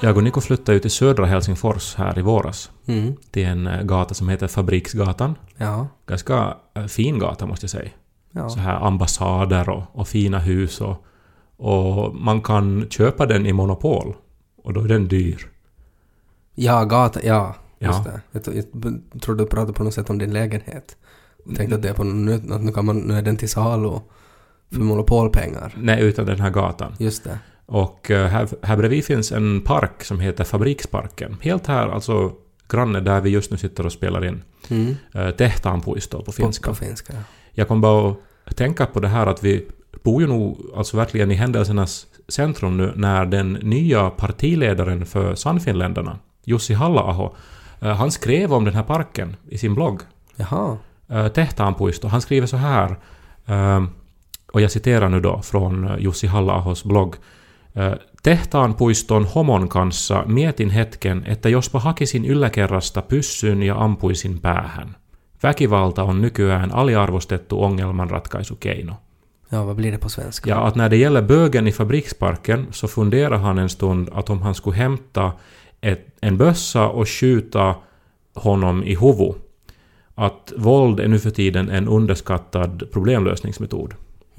Jag och Niko flyttade ut till södra Helsingfors här i våras. Till en gata som heter Fabriksgatan. Ja. Ganska fin gata måste jag säga. Ja. Så här ambassader och fina hus. Och man kan köpa den i Monopol. Och då är den dyr. Ja, gata, ja. Just Ja. det. Jag tror du pratade på något sätt om din lägenhet. Jag tänkte att det är på nu är den till salu för monopolpengar. Nej, utan den här gatan. Just det. Och här bredvid finns en park som heter Fabriksparken. Helt här, alltså granne där vi just nu sitter och spelar in. Tehtaanpuisto på finska. På finska, ja. Jag kom bara att tänka på det här att vi bor ju nog alltså verkligen i händelsernas centrum nu när den nya partiledaren för Sannfinländarna, Jussi Halla-aho, han skrev om den här parken i sin blogg. Jaha. Tehtaanpuisto. Han skriver så här, och jag citerar nu då från Jussi Halla-ahos blogg. Tehtaanpuiston homon kanssa mietin hetken, että jospa hakisin yläkerrasta pyssyn ja ampuisin päähän. Väkivalta on nykyään aliarvostettu ongelmanratkaisukeino. Ja, vad blir det på svenska? Ja, att när det gäller bögen i Fabriksparken så funderar han en stund att om han skulle hämta en bössa och skjuta honom i huvu. Att våld är nu för tiden en underskattad problemlösningsmetod.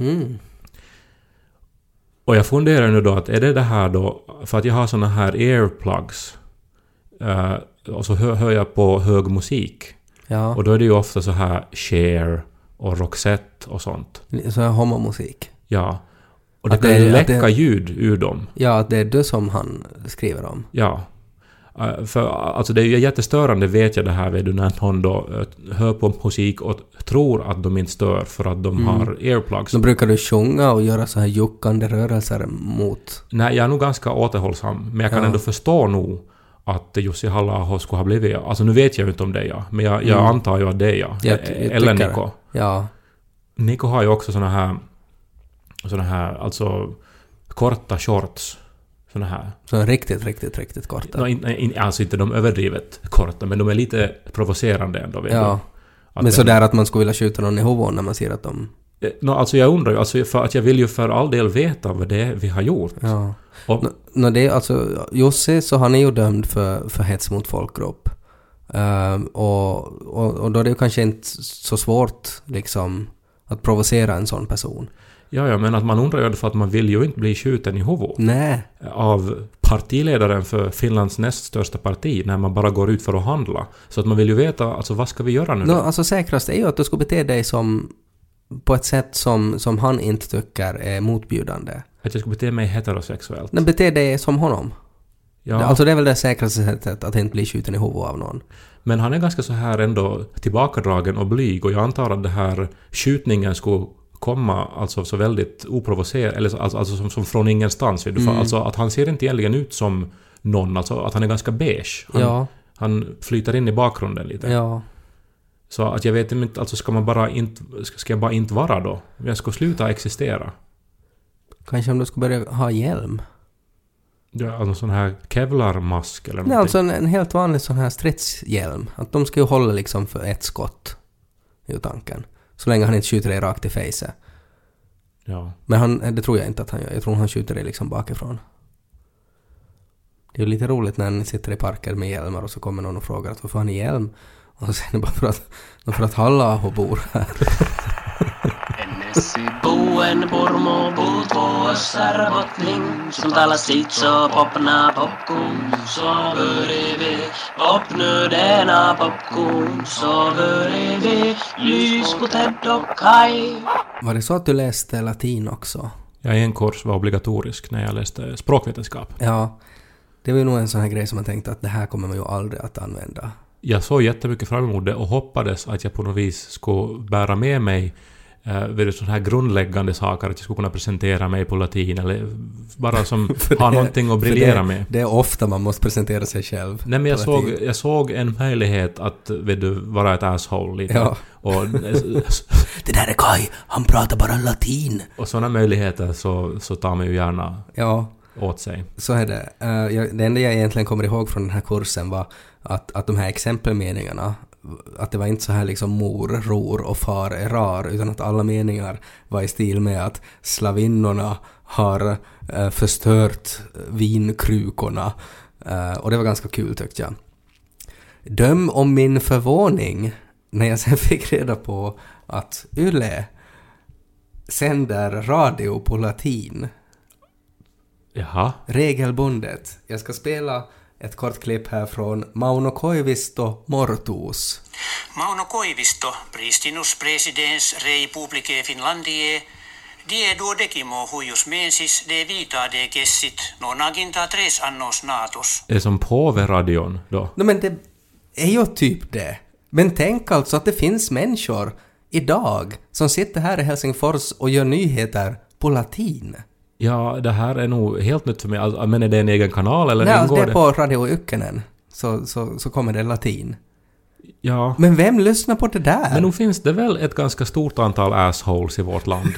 Och jag funderar nu då att är det här då, för att jag har såna här earplugs och så hör jag på hög musik. Ja. Och då är det ju ofta så här Cher och Roxette och sånt. Så här homomusik. Ja. Och det Att kan ju det- att läcka det- ljud ur dem. Ja, att det är det som han skriver om. Ja. För alltså det är ju jättestörande vet jag det här vet du, när någon då hör på musik och tror att de inte stör för att de har earplugs. Så brukar du sjunga och göra så här juckande rörelser mot... Nej, jag är nog ganska återhållsam. Men jag kan ändå förstå nog att Jussi Halla-aho skulle ha blivit... Alltså nu vet jag ju inte om det är jag. Men jag antar ju att det är jag. Jag Eller tycker- Niko. Ja. Niko har ju också såna här alltså korta shorts. Såna här. Så riktigt korta. Alltså inte de överdrivet korta, men de är lite provocerande ändå. Vet Ja. du? Men sådär att man skulle vilja skjuta någon i huvudet när man ser att de... Alltså jag undrar ju, alltså för att jag vill ju för all del veta vad det är vi har gjort. Ja. Och, Det är alltså... Jussi, så han är ju dömd för hets mot folkgrupp. Och då är det ju kanske inte så svårt liksom att provocera en sån person. ja, men att man undrar ju för att man vill ju inte bli skjuten i huvudet. Nej. Av partiledaren för Finlands näst största parti när man bara går ut för att handla. Så att man vill ju veta, alltså vad ska vi göra nu då? Alltså säkrast är ju att du ska bete dig som på ett sätt som han inte tycker är motbjudande. Att jag ska bete mig heterosexuellt. Men bete dig som honom. Ja, Alltså det är väl det säkraste sättet att inte bli skjuten i huvudet av någon. men han är ganska så här ändå tillbakadragen och blyg och jag antar att det här skjutningen skulle komma alltså så väldigt oprovocerad eller alltså som från ingenstans vet du, för alltså att han ser inte egentligen ut som någon, alltså att han är ganska beige. Han flyter in i bakgrunden lite. Ja. Så att jag vet inte, alltså ska jag bara inte vara då? Jag ska sluta existera. Kanske om du ska börja ha hjälm. Ja, alltså sån här kevlarmask eller Nej, någonting. alltså en helt vanlig sån här stridshjälm. Att de ska ju hålla liksom för ett skott. är ju tanken. Så länge han inte skjuter dig rakt i facet. Ja. Men det tror jag inte att han gör. Jag tror han skjuter dig liksom bakifrån. Det är ju lite roligt när ni sitter i parker med hjälmar och så kommer någon och frågar att varför har ni hjälm? Och så säger ni bara för att Halla-aho bor här. Ennesi buen purmo puuttuu särvotling, som talar sitt så popna popcorn, så börjar vi popnu denna popcorn, så börjar vi lys på Ted och Kai. Var det så att du läste latin också? Ja, en kurs var obligatorisk när jag läste språkvetenskap. Ja, det var ju nog en sån här grej som man tänkte att det här kommer man ju aldrig att använda. Jag såg jättemycket fram emot det och hoppades att jag på något vis skulle bära med mig vid sådana här grundläggande saker, att jag skulle kunna presentera mig på latin eller bara som ha någonting att briljera med. Det är ofta man måste presentera sig själv. Nej, men jag såg en möjlighet att vara ett asshole lite. Ja. Och, det där är Kai, han pratar bara latin. och sådana möjligheter så tar man ju gärna åt sig. Så är det. Det enda jag egentligen kommer ihåg från den här kursen var att de här exempelmeningarna, att det var inte så här liksom mor, ror och far är rar, utan att alla meningar var i stil med att slavinnorna har förstört vinkrukorna Och det var ganska kul tyckte jag. Döm om min förvåning när jag sen fick reda på att Yle sänder radio på latin. Jaha. Regelbundet. Jag ska spela ett kort klipp här från Mauno Koivisto Mortuus. Mauno Koivisto, pristinus presidens rei publicae Finlandiae, die duodecimo huius mensis de vita de gessit, non aginta tres annos natos. Det är som påveradion då. No, men det är ju typ det. Men tänk alltså att det finns människor idag som sitter här i Helsingfors och gör nyheter på latin. Ja, det här är nog helt nytt för mig. Men är det en egen kanal eller Nej, ingår det är på Radio Ykkönen. Så kommer det latin. Ja. Men vem lyssnar på det där? Men nu finns det väl ett ganska stort antal assholes i vårt land.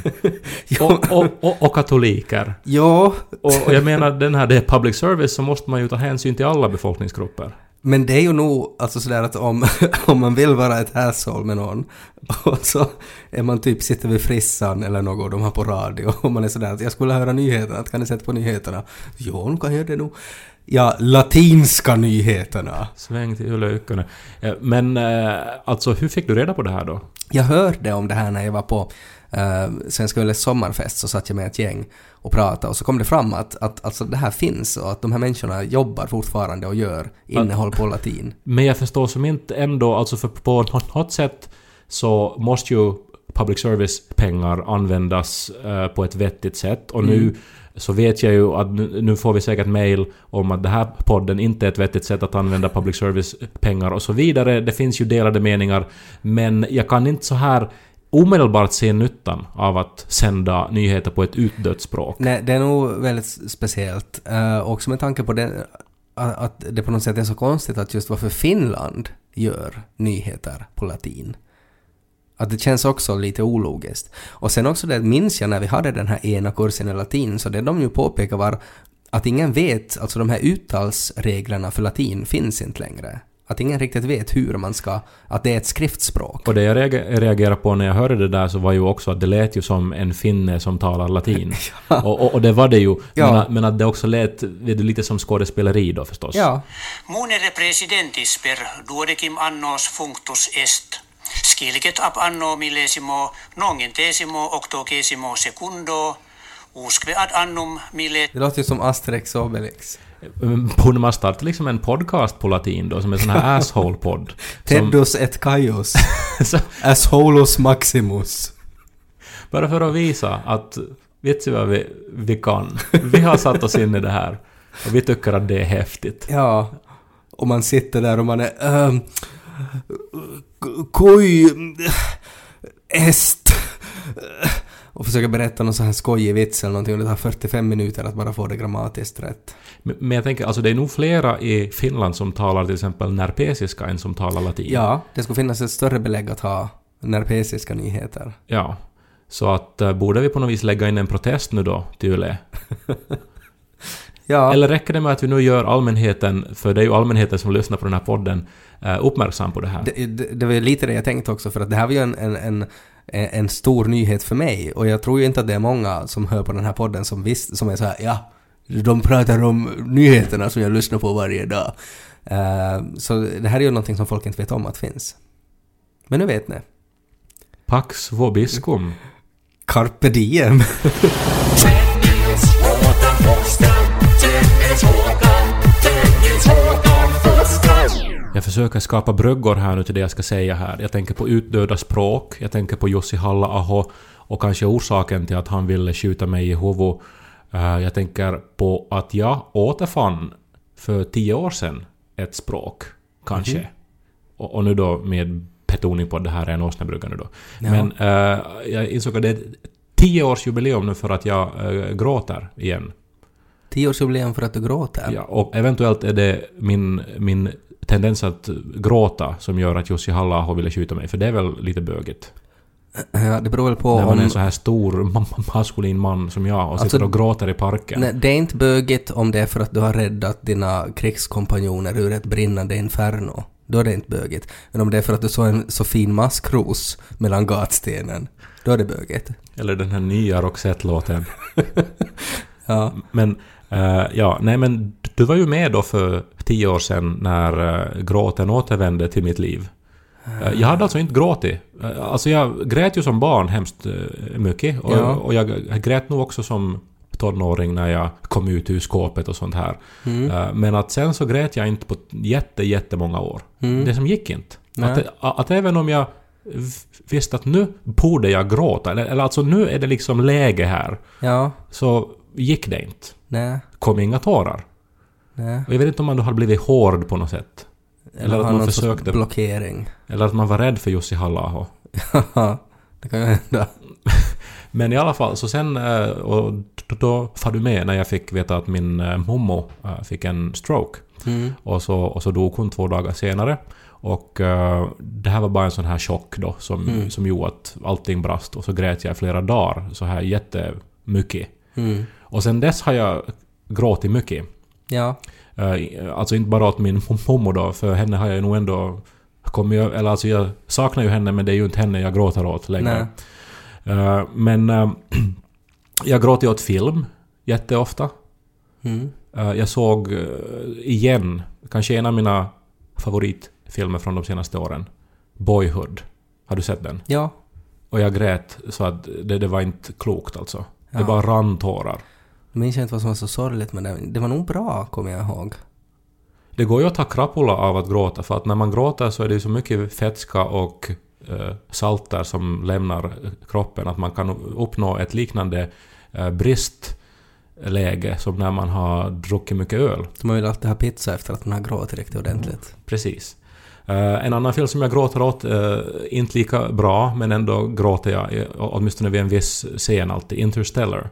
Ja. och katoliker. Ja. Och jag menar, det är public service så måste man ju ta hänsyn till alla befolkningsgrupper. Men det är ju nog alltså sådär att om man vill vara ett asshole med någon och så är man typ sitter vid frissan eller något de har på radio och man är sådär att jag skulle höra nyheterna, att kan ni sätta på nyheterna? Jo, nu kan jag det nog. Ja, latinska nyheterna. Sväng till Ylöykkönen. Men alltså, hur fick du reda på det här då? Jag hörde om det här när jag var på Svenska Yles sommarfest, så satt jag med ett gäng och pratade och så kom det fram att alltså det här finns och att de här människorna jobbar fortfarande och gör innehåll på latin. Men jag förstår som inte ändå, alltså för på något sätt så måste ju public service-pengar användas på ett vettigt sätt och nu så vet jag ju att nu får vi säkert mejl om att det här podden inte är ett vettigt sätt att använda public service-pengar och så vidare. Det finns ju delade meningar, men jag kan inte så här omedelbart se nyttan av att sända nyheter på ett utdött språk. Nej, det är nog väldigt speciellt. Också med tanke på det, att det på något sätt är så konstigt att just varför Finland gör nyheter på latin. Att det känns också lite ologiskt. Och sen också det minns jag när vi hade den här ena kursen i latin, så det de ju påpekar var att ingen vet, alltså de här uttalsreglerna för latin finns inte längre. Att ingen riktigt vet hur man ska, att det är ett skriftspråk. Och det jag reagerade på när jag hörde det där så var ju också att det lät ju som en finne som talar latin. Ja. Och det var det ju. Ja. Men att det också lät lite som skådespeleri då förstås. Ja. Munere presidentis per duodecim annos functus est. Skilget ab anno millesimo, nongentesimo, octogesimo secundo, usque ad annum millet. Det låter ju som Asterix och Obelix. Borde man starta liksom en podcast på latin då, som en sån här asshole-podd? Teddus et Caius. Assholus maximus. Bara för att visa att, vet du vad vi kan? Vi har satt oss in i det här. Och vi tycker att det är häftigt. Ja, och man sitter där och man är... Koi est och försöker berätta någon sån här skojig vits eller någonting och det tar 45 minuter att bara få det grammatiskt rätt. Men jag tänker, alltså det är nog flera i Finland som talar till exempel närpesiska än som talar latin. Ja, det skulle finnas ett större belägg att ha närpesiska nyheter. Ja, så att borde vi på något vis lägga in en protest nu då till Yle? Ja. Eller räcker det med att vi nu gör allmänheten, för det är ju allmänheten som lyssnar på den här podden, uppmärksam på det här? Det var lite det jag tänkte också, för att det här var ju en stor nyhet för mig, och jag tror ju inte att det är många som hör på den här podden som är så här, ja, de pratar om nyheterna som jag lyssnar på varje dag. Så det här är ju någonting som folk inte vet om att finns. Men nu vet ni. Pax vobiscum. Carpe diem. Jag försöker skapa bröggor här nu till det jag ska säga här. Jag tänker på utdöda språk. Jag tänker på Jussi Halla-aho och kanske orsaken till att han ville skjuta mig i huvudet. Jag tänker på att jag återfann för 10 år sedan ett språk, kanske. Mm-hmm. Och nu då med betoning på det här är en åsnebrygga nu då. Ja. Men jag insåg att det är 10-årsjubileum nu för att jag gråter igen. 10-årsjubileum för att du gråter? Ja, och eventuellt är det min tendens att gråta som gör att Jussi Halla-aho ville skjuta mig. För det är väl lite bögigt. Ja, det beror väl på när man är en så här stor maskulin man som jag och sitter och gråter i parken. Nej, det är inte bögigt om det är för att du har räddat dina krigskompanjoner ur ett brinnande inferno. Då är det inte bögigt. Men om det är för att du såg en så fin maskros mellan gatstenen, då är det bögigt. Eller den här nya Roxette-låten. Ja. Men men Du var ju med då för 10 år sedan när gråten återvände till mitt liv. Jag hade alltså inte gråtit. Alltså jag grät ju som barn hemskt mycket. Och jag grät nog också som tonåring när jag kom ut ur skåpet och sånt här. Men att sen så grät jag inte på jättemånga år. Det som gick inte. Att även om jag visste att nu borde jag gråta, eller alltså nu är det liksom läge här, så gick det inte. Nej. Kom inga tårar. Nej. Och jag vet inte om man då hade blivit hård på något sätt. Eller att man försökte blockering. Eller att man var rädd för Jussi Halla-aho. Det kan ju hända. Men i alla fall, så sen och då var du med när jag fick veta att min mommo fick en stroke. Och så dog hon 2 dagar senare. Och det här var bara en sån här chock då som gjorde att allting brast. Och så grät jag i flera dagar så här jättemycket. Och sen dess har jag gråtit mycket. Ja. Alltså inte bara åt min mommo då, för henne har jag nog ändå eller alltså jag saknar ju henne, men det är ju inte henne jag gråter åt längre. Men jag gråter åt film jätteofta. Jag såg igen kanske en av mina favoritfilmer från de senaste åren, Boyhood. Har du sett den? Ja. Och jag grät så att det var inte klokt alltså. Det bara rann tårar. Jag minns inte vad som var så sorgligt, men det var nog bra, kommer jag ihåg. Det går ju att ta krapula av att gråta, för att när man gråter så är det så mycket fetska och salter som lämnar kroppen att man kan uppnå ett liknande bristläge som när man har druckit mycket öl. Så man vill alltid ha pizza efter att man har gråtit riktigt ordentligt. Precis. En annan film som jag gråter åt, inte lika bra, men ändå gråter jag åtminstone vid en viss scen alltid, Interstellar.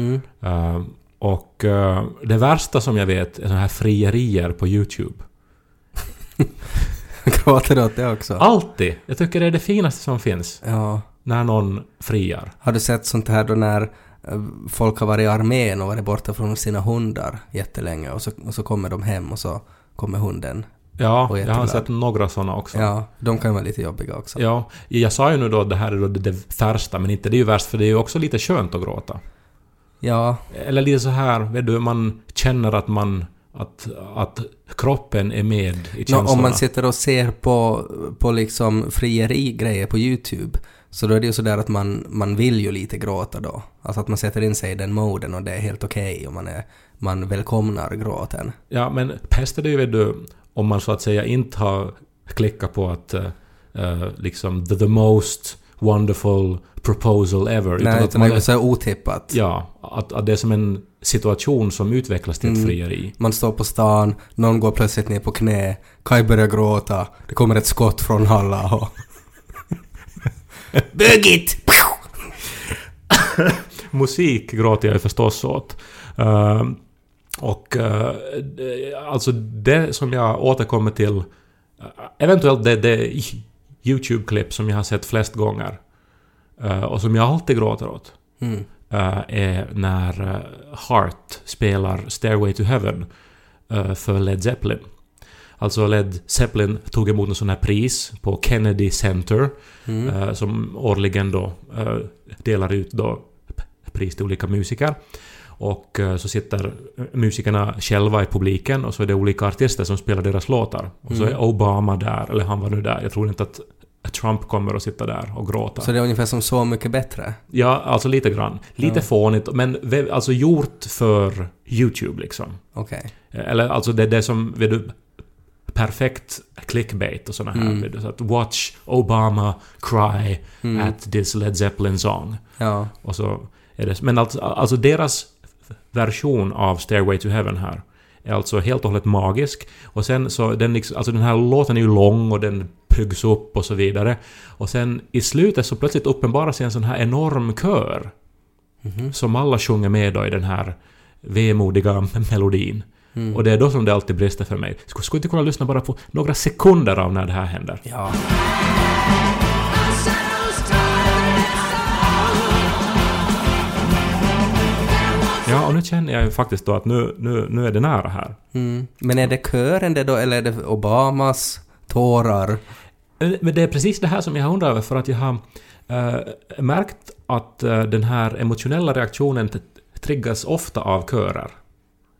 Och det värsta som jag vet är såna här frierier på YouTube. Gråter du åt det också? Alltid! Jag tycker det är det finaste som finns. Ja. När någon friar. Har du sett sånt här då när folk har varit i armén och varit borta från sina hundar jättelänge och så kommer de hem och så kommer hunden? Ja, jag har sett några såna också. Ja, de kan vara lite jobbiga också. Ja, jag sa ju nu då att det här är då det värsta, men inte det är ju värst, för det är ju också lite skönt att gråta. Ja. Eller lite så här, vet du, man känner att kroppen är med i känslorna. Om man sitter och ser på liksom frieri-grejer på YouTube, så då är det ju sådär att man vill ju lite gråta då. Alltså att man sätter in sig i den moden och det är helt okej och man välkomnar gråten. Ja, men pest är det ju, vet du, om man så att säga inte har klickat på att liksom the most wonderful proposal ever. Nej, utan det är så otippat. Ja, att det är som en situation som utvecklas till ett frieri. Man står på stan, någon går plötsligt ner på knä, Kai börjar gråta, det kommer ett skott från Halla och Bögit! Musik gråter jag förstås åt. Alltså det som jag återkommer till, eventuellt det YouTube-klipp som jag har sett flest gånger och som jag alltid gråter åt, är när Heart spelar Stairway to Heaven för Led Zeppelin. Alltså Led Zeppelin tog emot en sån här pris på Kennedy Center som årligen då delar ut då pris till olika musiker. Och så sitter musikerna själva i publiken och så är det olika artister som spelar deras låtar. Och så är Obama där, eller han var nu där. Jag tror inte att Trump kommer att sitta där och gråta. Så det är ungefär som Så mycket bättre? Ja, alltså lite grann. Lite fånigt, men alltså gjort för YouTube liksom. Okej. Eller alltså det som, vet du, perfekt clickbait och såna här. Så att watch Obama cry at this Led Zeppelin song. Ja. Och så är det, men alltså deras version av Stairway to Heaven här är alltså helt och hållet magisk. Och sen så den här låten är ju lång och den byggs upp och så vidare. Och sen i slutet så plötsligt uppenbarar sig en sån här enorm kör som alla sjunger med då i den här vemodiga melodin. Och det är då som det alltid brister för mig. Skulle inte kunna lyssna bara på några sekunder av när det här händer. Ja. Ja, och nu känner jag ju faktiskt då att nu är det nära här. Men är det kören det då, eller är det Obamas tårar? Men det är precis det här som jag undrar över, för att jag har märkt att den här emotionella reaktionen triggas ofta av körer.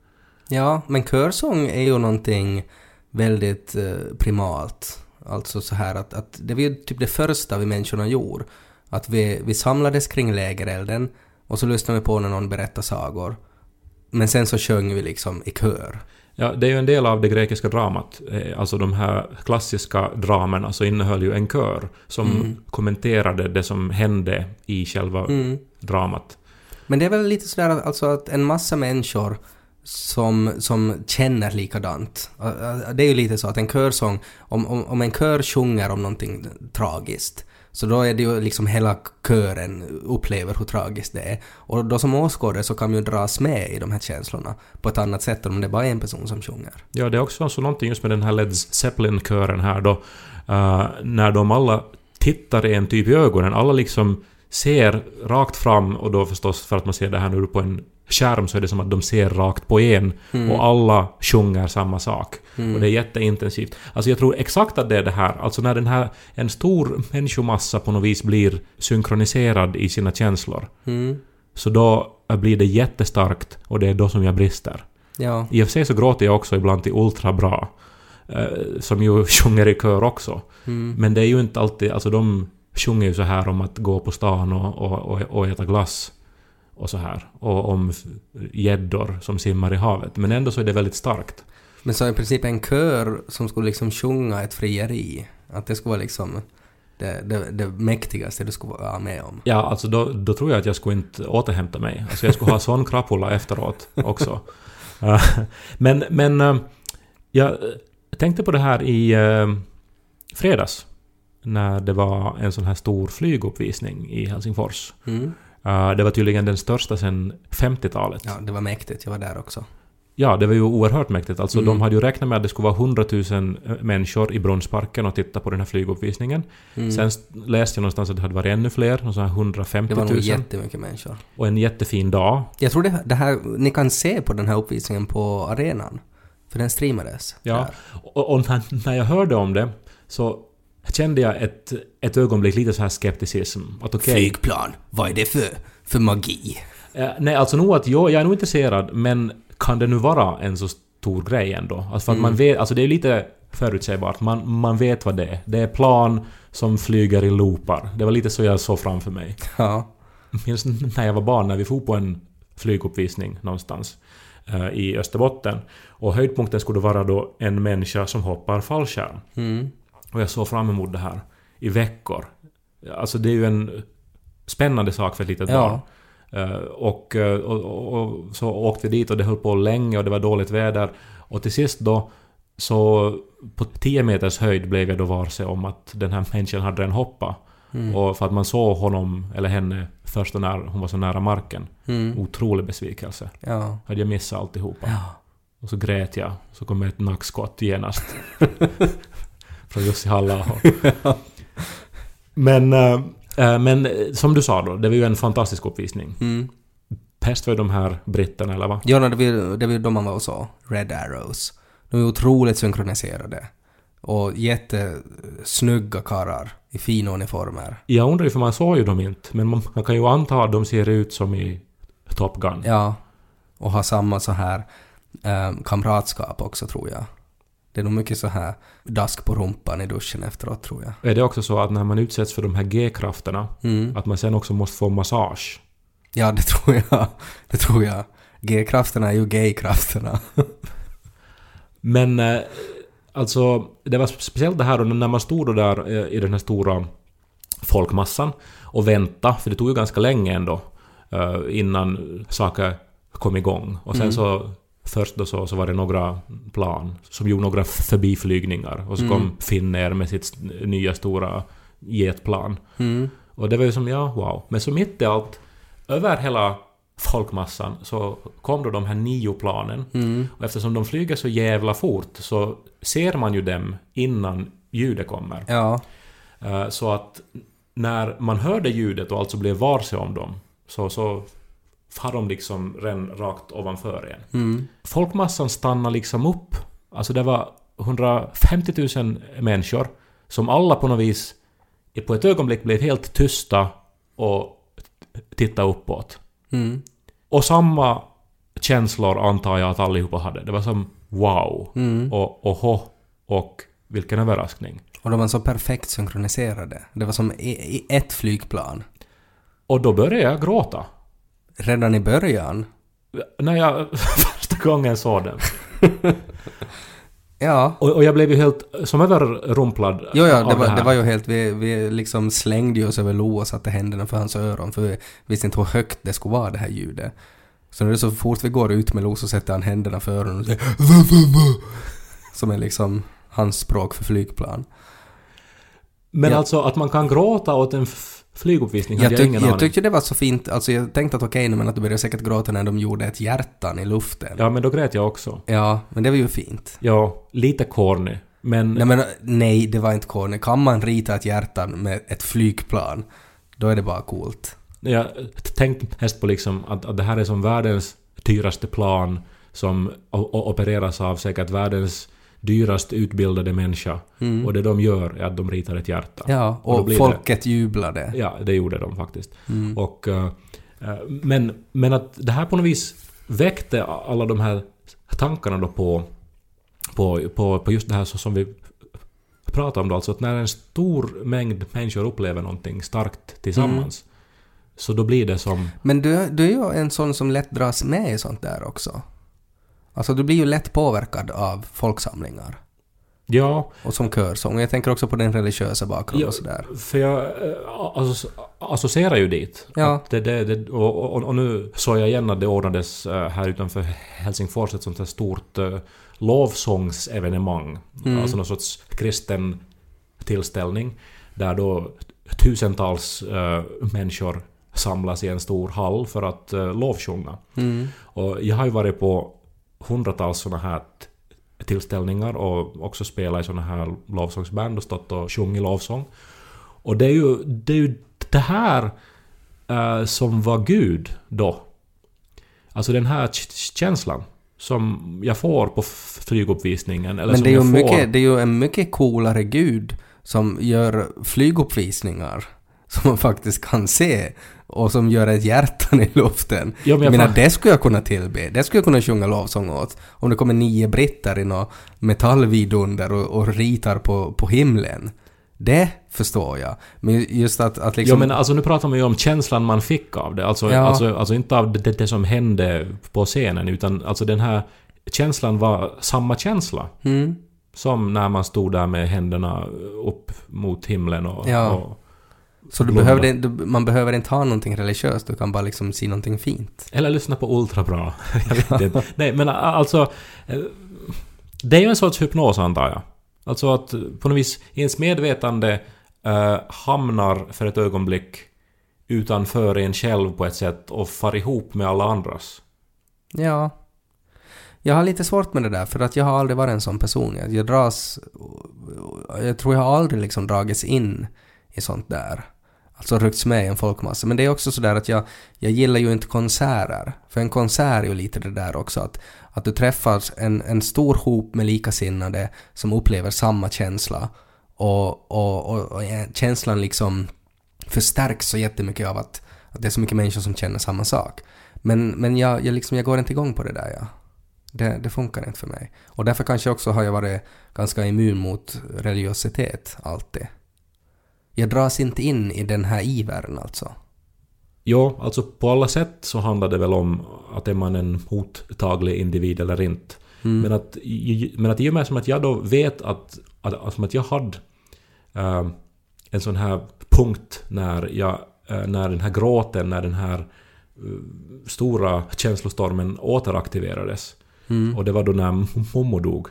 Ja, men körsång är ju någonting väldigt primalt. Alltså så här att det var ju typ det första vi människorna gjorde. Att vi samlades kring lägerelden och så lyssnade vi på när någon berättar sagor. Men sen så sjöng vi liksom i kör. Ja, det är ju en del av det grekiska dramat. Alltså de här klassiska dramerna så innehöll ju en kör som kommenterade det som hände i själva dramat. Men det är väl lite sådär alltså att en massa människor som känner likadant. Det är ju lite så att en körsång, om en kör sjunger om någonting tragiskt, så då är det ju liksom hela kören upplever hur tragiskt det är. Och då som åskådare så kan man ju dras med i de här känslorna på ett annat sätt än om det bara är en person som sjunger. Ja, det är också så någonting just med den här Led Zeppelin-kören här då. När de alla tittar en typ i ögonen, alla liksom ser rakt fram, och då förstås för att man ser det här nu på en skärm så är det som att de ser rakt på en och alla sjunger samma sak. Och det är jätteintensivt. Alltså jag tror exakt att det är det här. Alltså när en stor människomassa på något vis blir synkroniserad i sina känslor. Så då blir det jättestarkt och det är då som jag brister. Ja. I och för sig så gråter jag också ibland till Ultra Bra. Som ju sjunger i kör också. Men det är ju inte alltid, alltså de sjunger ju så här om att gå på stan och äta glass och så här. Och om gäddor som simmar i havet. Men ändå så är det väldigt starkt. Men så i princip en kör som skulle liksom sjunga ett frieri. Att det skulle vara liksom det mäktigaste du skulle vara med om. Ja, alltså då tror jag att jag skulle inte återhämta mig. Alltså jag skulle ha sån krapula efteråt också. Men jag tänkte på det här i fredags. När det var en sån här stor flyguppvisning i Helsingfors. Det var tydligen den största sedan 50-talet. Ja, det var mäktigt. Jag var där också. Ja, det var ju oerhört mäktigt. Alltså de hade ju räknat med att det skulle vara 100 000 människor i Brunnsparken och titta på den här flyguppvisningen. Sen läste jag någonstans att det hade varit ännu fler, någonstans 150 000. Det var nog jättemycket människor. Och en jättefin dag. Jag tror det här, ni kan se på den här uppvisningen på arenan. För den streamades. Ja, och när jag hörde om det så kände jag ett ögonblick lite så här skepticism. Att okej, flygplan, vad är det för magi? Nej, alltså nog att jag är nog intresserad, men kan det nu vara en så stor grej ändå? Alltså för att man vet, alltså det är lite förutsägbart. Man vet vad det är. Det är plan som flyger i loopar. Det var lite så jag såg framför mig. Ja. Minns när jag var barn, när vi får på en flyguppvisning någonstans i Österbotten. Och höjdpunkten skulle vara då en människa som hoppar fallskärm. Och jag såg fram emot det här i veckor. Alltså det är ju en spännande sak för ett litet barn. Och så åkte vi dit och det höll på länge och det var dåligt väder. Och till sist då så på 10 meters höjd blev jag då varse om att den här människan hade redan hoppat. Och för att man såg honom eller henne först när hon var så nära marken. Otrolig besvikelse. Ja. Hade jag missat alltihopa. Ja. Och så grät jag. Så kom ett nackskott genast. Från Jussi Halla-aho. Men som du sa då, det var ju en fantastisk uppvisning. Pest var ju de här britterna, eller va? Ja, det var de man var och så. Red Arrows. De är otroligt synkroniserade. Och jättesnygga karrar i fina uniformer. Jag undrar ju, för man såg ju dem inte. Men man kan ju anta att de ser ut som i Top Gun. Ja, och har samma så här kamratskap också, tror jag. Det är nog mycket så här dask på rumpan i duschen efteråt, tror jag. Är det också så att när man utsätts för de här G-krafterna att man sen också måste få massage? Ja, det tror jag. G-krafterna är ju gay-krafterna. Men alltså, det var speciellt det här då, när man stod där i den här stora folkmassan och väntade, för det tog ju ganska länge ändå innan saker kom igång. Och sen så först då så var det några plan som gjorde några förbiflygningar. Och så kom Finnair med sitt nya stora jetplan. Och det var ju som, ja, wow. Men så mitt i allt, över hela folkmassan så kom då de här 9 planen. Och eftersom de flyger så jävla fort så ser man ju dem innan ljudet kommer. Ja. Så att när man hörde ljudet och alltså blev varse om dem så har de liksom rakt ovanför en. Folkmassan stannar liksom upp. Alltså det var 150 000 människor som alla på något vis på ett ögonblick blev helt tysta och tittade uppåt. Och samma känslor antar jag att allihopa hade. Det var som wow. Och vilken överraskning. Och de var så perfekt synkroniserade. Det var som i ett flygplan. Och då började jag gråta. Redan i början? När jag första gången såg den. Ja. Och jag blev ju helt som överrumplad. Jo, det var ju helt... Vi liksom slängde ju oss över Lo och satte händerna för hans öron. För vi visste inte hur högt det skulle vara, det här ljudet. Så när det så fort vi går ut med Lo så sätter han händerna för öronen och säger... Som är liksom hans språk för flygplan. Men alltså att man kan gråta åt en flyguppvisning hade jag ingen aning. Jag tyckte det var så fint. Alltså jag tänkte att okej, men att du började säkert gråta när de gjorde ett hjärtan i luften. Ja, men då grät jag också. Ja, men det var ju fint. Ja, lite corny. Men... Nej, det var inte corny. Kan man rita ett hjärtan med ett flygplan, då är det bara coolt. Jag tänkte mest på liksom att det här är som världens dyraste plan som opereras av säkert världens dyrast utbildade människa. Och det de gör är att de ritar ett hjärta. Ja, och folket jublade. Ja, det gjorde de faktiskt. Och, men att det här på något vis väckte alla de här tankarna då på just det här som vi pratar om då. Alltså att när en stor mängd människor upplever någonting starkt tillsammans, så då blir det som... Men du är ju en sån som lätt dras med i sånt där också. Alltså du blir ju lätt påverkad av folksamlingar. Ja. Och som körsång. Jag tänker också på den religiösa bakgrunden och sådär. För jag associerar ju dit. Ja. Och nu såg jag igen att det ordnades här utanför Helsingfors ett sånt här stort lovsångsevenemang. Alltså någon sorts kristen tillställning. Där då tusentals människor samlas i en stor hall för att lovsjunga. Och jag har ju varit på hundratals sådana här tillställningar och också spelat i sådana här lovsångsband och stått och sjungit lovsång. Och det är ju det här som var Gud då. Alltså den här känslan som jag får på flyguppvisningen. Eller men som det är ju en mycket coolare Gud som gör flyguppvisningar som man faktiskt kan se och som gör ett hjärtan i luften. Ja, men jag menar, det skulle jag kunna tillbe. Det skulle jag kunna sjunga lovsång åt. Om det kommer 9 britter i någon metallvidunder och ritar på himlen. Det förstår jag. Men just att liksom... Ja, men alltså nu pratar man ju om känslan man fick av det. Alltså inte av det som hände på scenen, utan alltså den här känslan var samma känsla. Som när man stod där med händerna upp mot himlen och så man behöver inte ha någonting religiöst, du kan bara liksom se någonting fint. Eller lyssna på ultrabra. Jag vet inte. Nej, men alltså det är ju en sorts hypnos, antar jag. Alltså att på något vis ens medvetande hamnar för ett ögonblick utanför en själv på ett sätt och far ihop med alla andras. Ja. Jag har lite svårt med det där, för att jag har aldrig varit en sån person. Jag tror jag har aldrig liksom dragits in i sånt där. Alltså ryckts med i en folkmassa. Men det är också sådär att jag gillar ju inte konserter. För en konsert är ju lite det där också. Att du träffar en stor hop med likasinnade som upplever samma känsla. Och känslan liksom förstärks så jättemycket av att det är så mycket människor som känner samma sak. Men jag går inte igång på det där, ja. Det funkar inte för mig. Och därför kanske också har jag varit ganska immun mot religiositet alltid. Jag dras inte in i den här ivern alltså. Jo, alltså på alla sätt så handlar det väl om att är man en mottaglig individ eller inte. Men att i och med som att jag då vet att jag hade en sån här punkt när den här gråten, när den här stora känslostormen återaktiverades. Och det var då när Momo dog.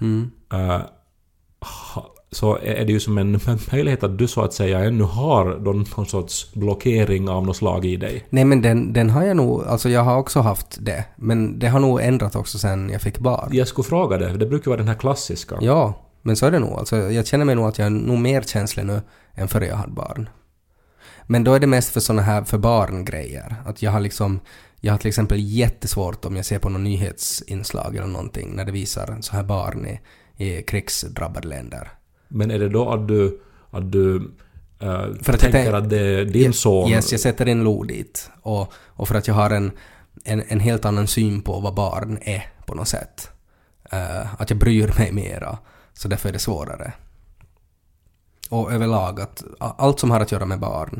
Så är det ju som en möjlighet att du så att säga ännu har någon sorts blockering av något slag i dig. Nej, men den har jag nog, alltså jag har också haft det. Men det har nog ändrat också sen jag fick barn. Jag skulle fråga det brukar vara den här klassiska. Ja, men så är det nog. Alltså jag känner mig nog att jag är nog mer känslig nu än före jag hade barn. Men då är det mest för såna här för barngrejer. Att jag har till exempel jättesvårt om jag ser på någon nyhetsinslag eller någonting när det visar så här barn i krigsdrabbade länder. Men är det då att du för att tänker att det är din son? Yes, jag sätter in Lo dit. Och för att jag har en helt annan syn på vad barn är på något sätt. Att jag bryr mig mera, så därför är det svårare. Och överlag att allt som har att göra med barn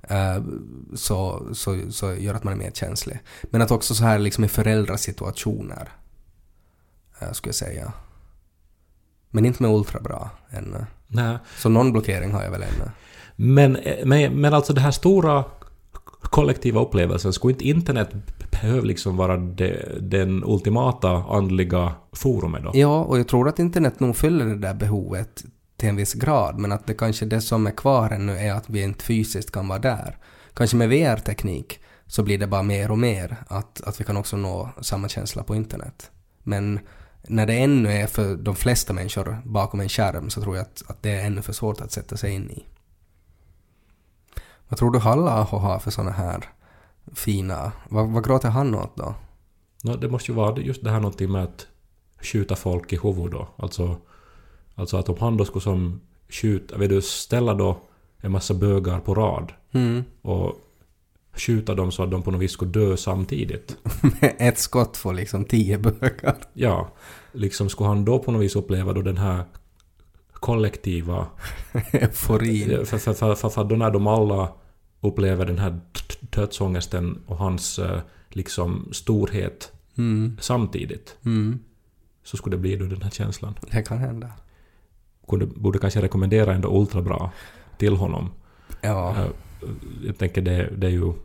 så gör att man är mer känslig. Men att också så här liksom i föräldrasituationer skulle jag säga. Men inte med ultrabra ännu. Nej. Så någon blockering har jag väl ännu. Men alltså det här stora kollektiva upplevelsen, skulle inte internet behöva liksom vara den ultimata andliga forumet då? Ja, och jag tror att internet nog fyller det där behovet till en viss grad, men att det kanske det som är kvar ännu är att vi inte fysiskt kan vara där. Kanske med VR-teknik så blir det bara mer och mer att vi kan också nå samma känsla på internet. Men när det ännu är för de flesta människor bakom en skärm, så tror jag att det är ännu för svårt att sätta sig in i. Vad tror du Halla-Aho har för såna här fina... Vad gråter han åt då? No, det måste ju vara just det här någonting med att skjuta folk i huvudet då. Alltså att om han då skulle som skjuta... Vill du ställa då en massa bögar på rad och skjuta dem så att de på något vis skulle dö samtidigt. Med ett skott får liksom 10 bögar. Ja, liksom skulle han då på något vis uppleva då den här kollektiva euforin. För då när de alla upplever den här dödsångesten och hans liksom storhet samtidigt, så skulle det bli då den här känslan. Det kan hända. Borde kanske rekommendera ändå ultrabra till honom. Ja. Jag tänker det är ju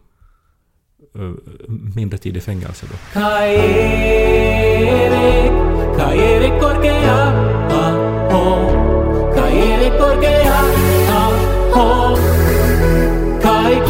mindre tid i fängelse då. Kairi korkea, Kairi korkea, Kai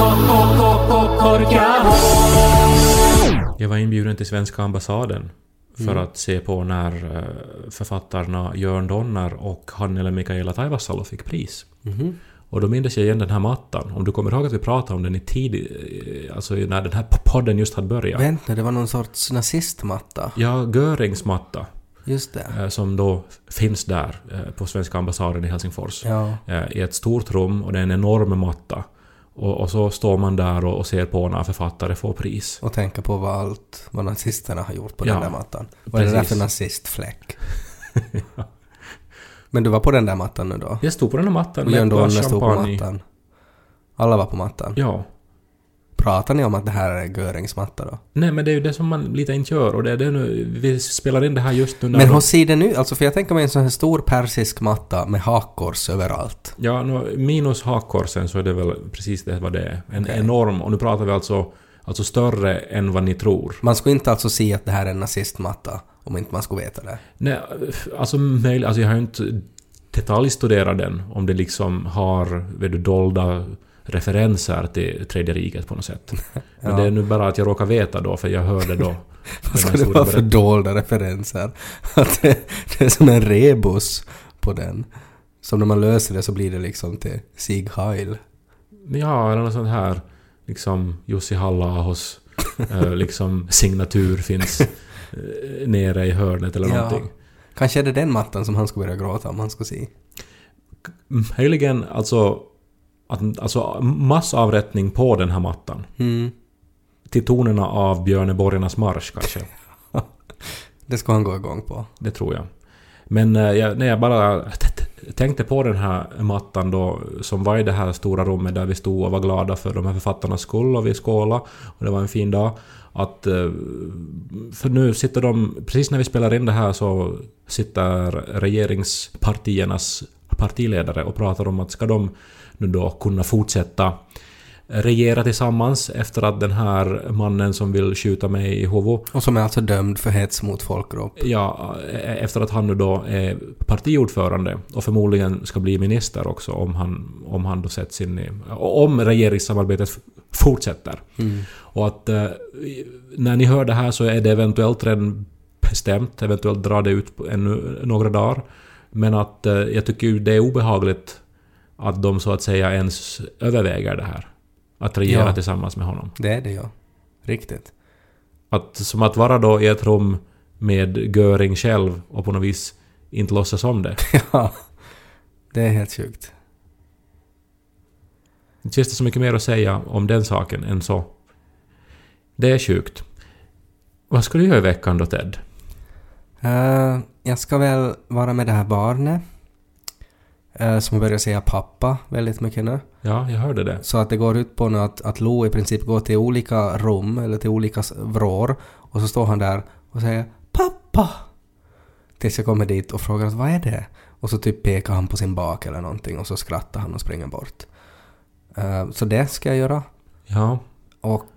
korkea. Jag var inbjuden till svenska ambassaden för att se på när författarna Jörn Donner och Hannele Mikaela Taivasalo fick pris. Och då minns jag igen den här mattan. Om du kommer ihåg att vi pratade om den i tid, alltså när den här podden just hade börjat. Vänta, det var någon sorts nazistmatta. Ja, Görings matta. Just det. Som då finns där på svenska ambassaden i Helsingfors. Ja. I ett stort rum, och det är en enorm matta. Och så står man där och ser på när författare får pris. Och tänka på vad nazisterna har gjort på den där mattan. Vad är det där för nazistfläck? Ja. Men du var på den där mattan nu då? Jag stod på den där mattan. Och Jörn Donner stod på mattan. Alla var på mattan? Ja. Pratar ni om att det här är Görings matta då? Nej, men det är ju det som man lite inte gör. Och det är det nu, vi spelar in det här just nu. Men hur ser det nu? Alltså för jag tänker mig en sån här stor persisk matta med hakkors överallt. Ja, minus hakkorsen så är det väl precis det vad det är. En enorm, och nu pratar vi alltså större än vad ni tror. Man skulle inte alltså se att det här är en nazistmatta om inte man skulle veta det. Nej, alltså jag har ju inte detaljstuderat den, om det liksom har dolda referenser till Tredje riket på något sätt. Men det är nu bara att jag råkar veta då, för jag hörde då. Vad ska det vara för dolda referenser? Att det är som en rebus på den. Som när man löser det så blir det liksom till Sieg Heil. Ja, eller något sånt här. Liksom Jussi Halla-Ahos liksom signatur finns nere i hörnet eller någonting. Kanske är det den mattan som han skulle börja gråta om han skulle se. Möjligen alltså massavrättning på den här mattan. Till tonerna av Björneborgarnas marsch kanske. Det ska han gå igång på. Det tror jag. Men när jag bara tänkte på den här mattan då, som var i det här stora rummet där vi stod och var glada för de här författarnas skull, och vi skålade och det var en fin dag, att för nu sitter de, precis när vi spelar in det här så sitter regeringspartiernas partiledare och pratar om att ska de nu då kunna fortsätta regera tillsammans efter att den här mannen som vill skjuta mig i huvudet, och som är alltså dömd för hets mot folkgrupp. Ja, efter att han nu då är partiordförande och förmodligen ska bli minister också om han då sätts in i, om regeringssamarbetet fortsätter. Och att när ni hör det här så är det eventuellt redan bestämt, eventuellt drar det ut ännu några dagar, men att jag tycker det är obehagligt att de så att säga ens överväger det här. Att regera tillsammans med honom. Det är det, ja. Riktigt. Som att vara då i ett rum med Göring själv och på något vis inte låtsas om det. Ja, det är helt sjukt. Det känns det så mycket mer att säga om den saken än så. Det är sjukt. Vad ska du göra i veckan då, Ted? Jag ska väl vara med det här barnet som börjar säga pappa väldigt mycket nu. Ja, jag hörde det. Så att det går ut på nu att Lo i princip går till olika rum eller till olika vrår och så står han där och säger pappa. Tills jag kommer dit och frågar vad är det? Och så typ pekar han på sin bak eller någonting och så skrattar han och springer bort. Så det ska jag göra. Ja. Och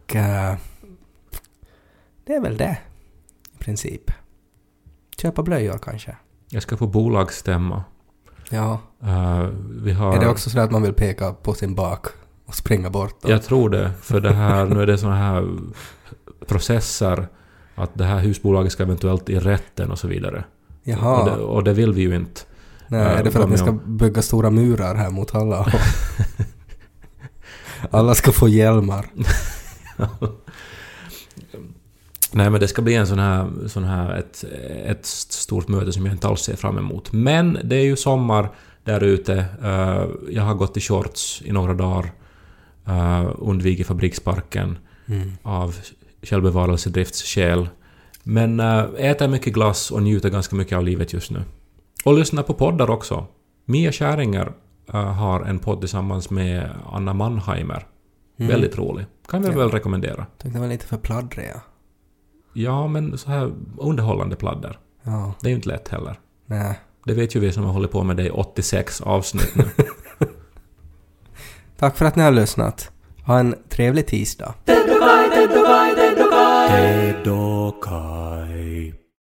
det är väl det i princip. Köpa blöjor kanske. Jag ska få bolagsstämma. Ja. Vi har... Är det också så att man vill peka på sin bak och springa bort? Då? Jag tror det. För det här, nu är det såna här processer att det här husbolaget ska eventuellt i rätten och så vidare. Jaha. Och det vill vi ju inte. Nej, är det för att ni ska bygga stora murar här mot alla? Alla ska få hjälmar. Nej, men det ska bli en sån här ett stort möte som jag inte alls ser fram emot. Men det är ju sommar där ute. Jag har gått i shorts i några dagar. Undvikit fabriksparken av självbevarelsedriftsskäl. Men äter mycket glass och njuter ganska mycket av livet just nu. Och lyssnar på poddar också. Mia Skäringer har en podd tillsammans med Anna Mannheimer. Väldigt rolig. Kan vi väl rekommendera. Det var lite för pladdriga. Ja, men så här underhållande pladder. Ja. Det är ju inte lätt heller. Nej. Det vet ju vi som har hållit på med det i 86 avsnitt nu. Tack för att ni har lyssnat. Ha en trevlig tisdag.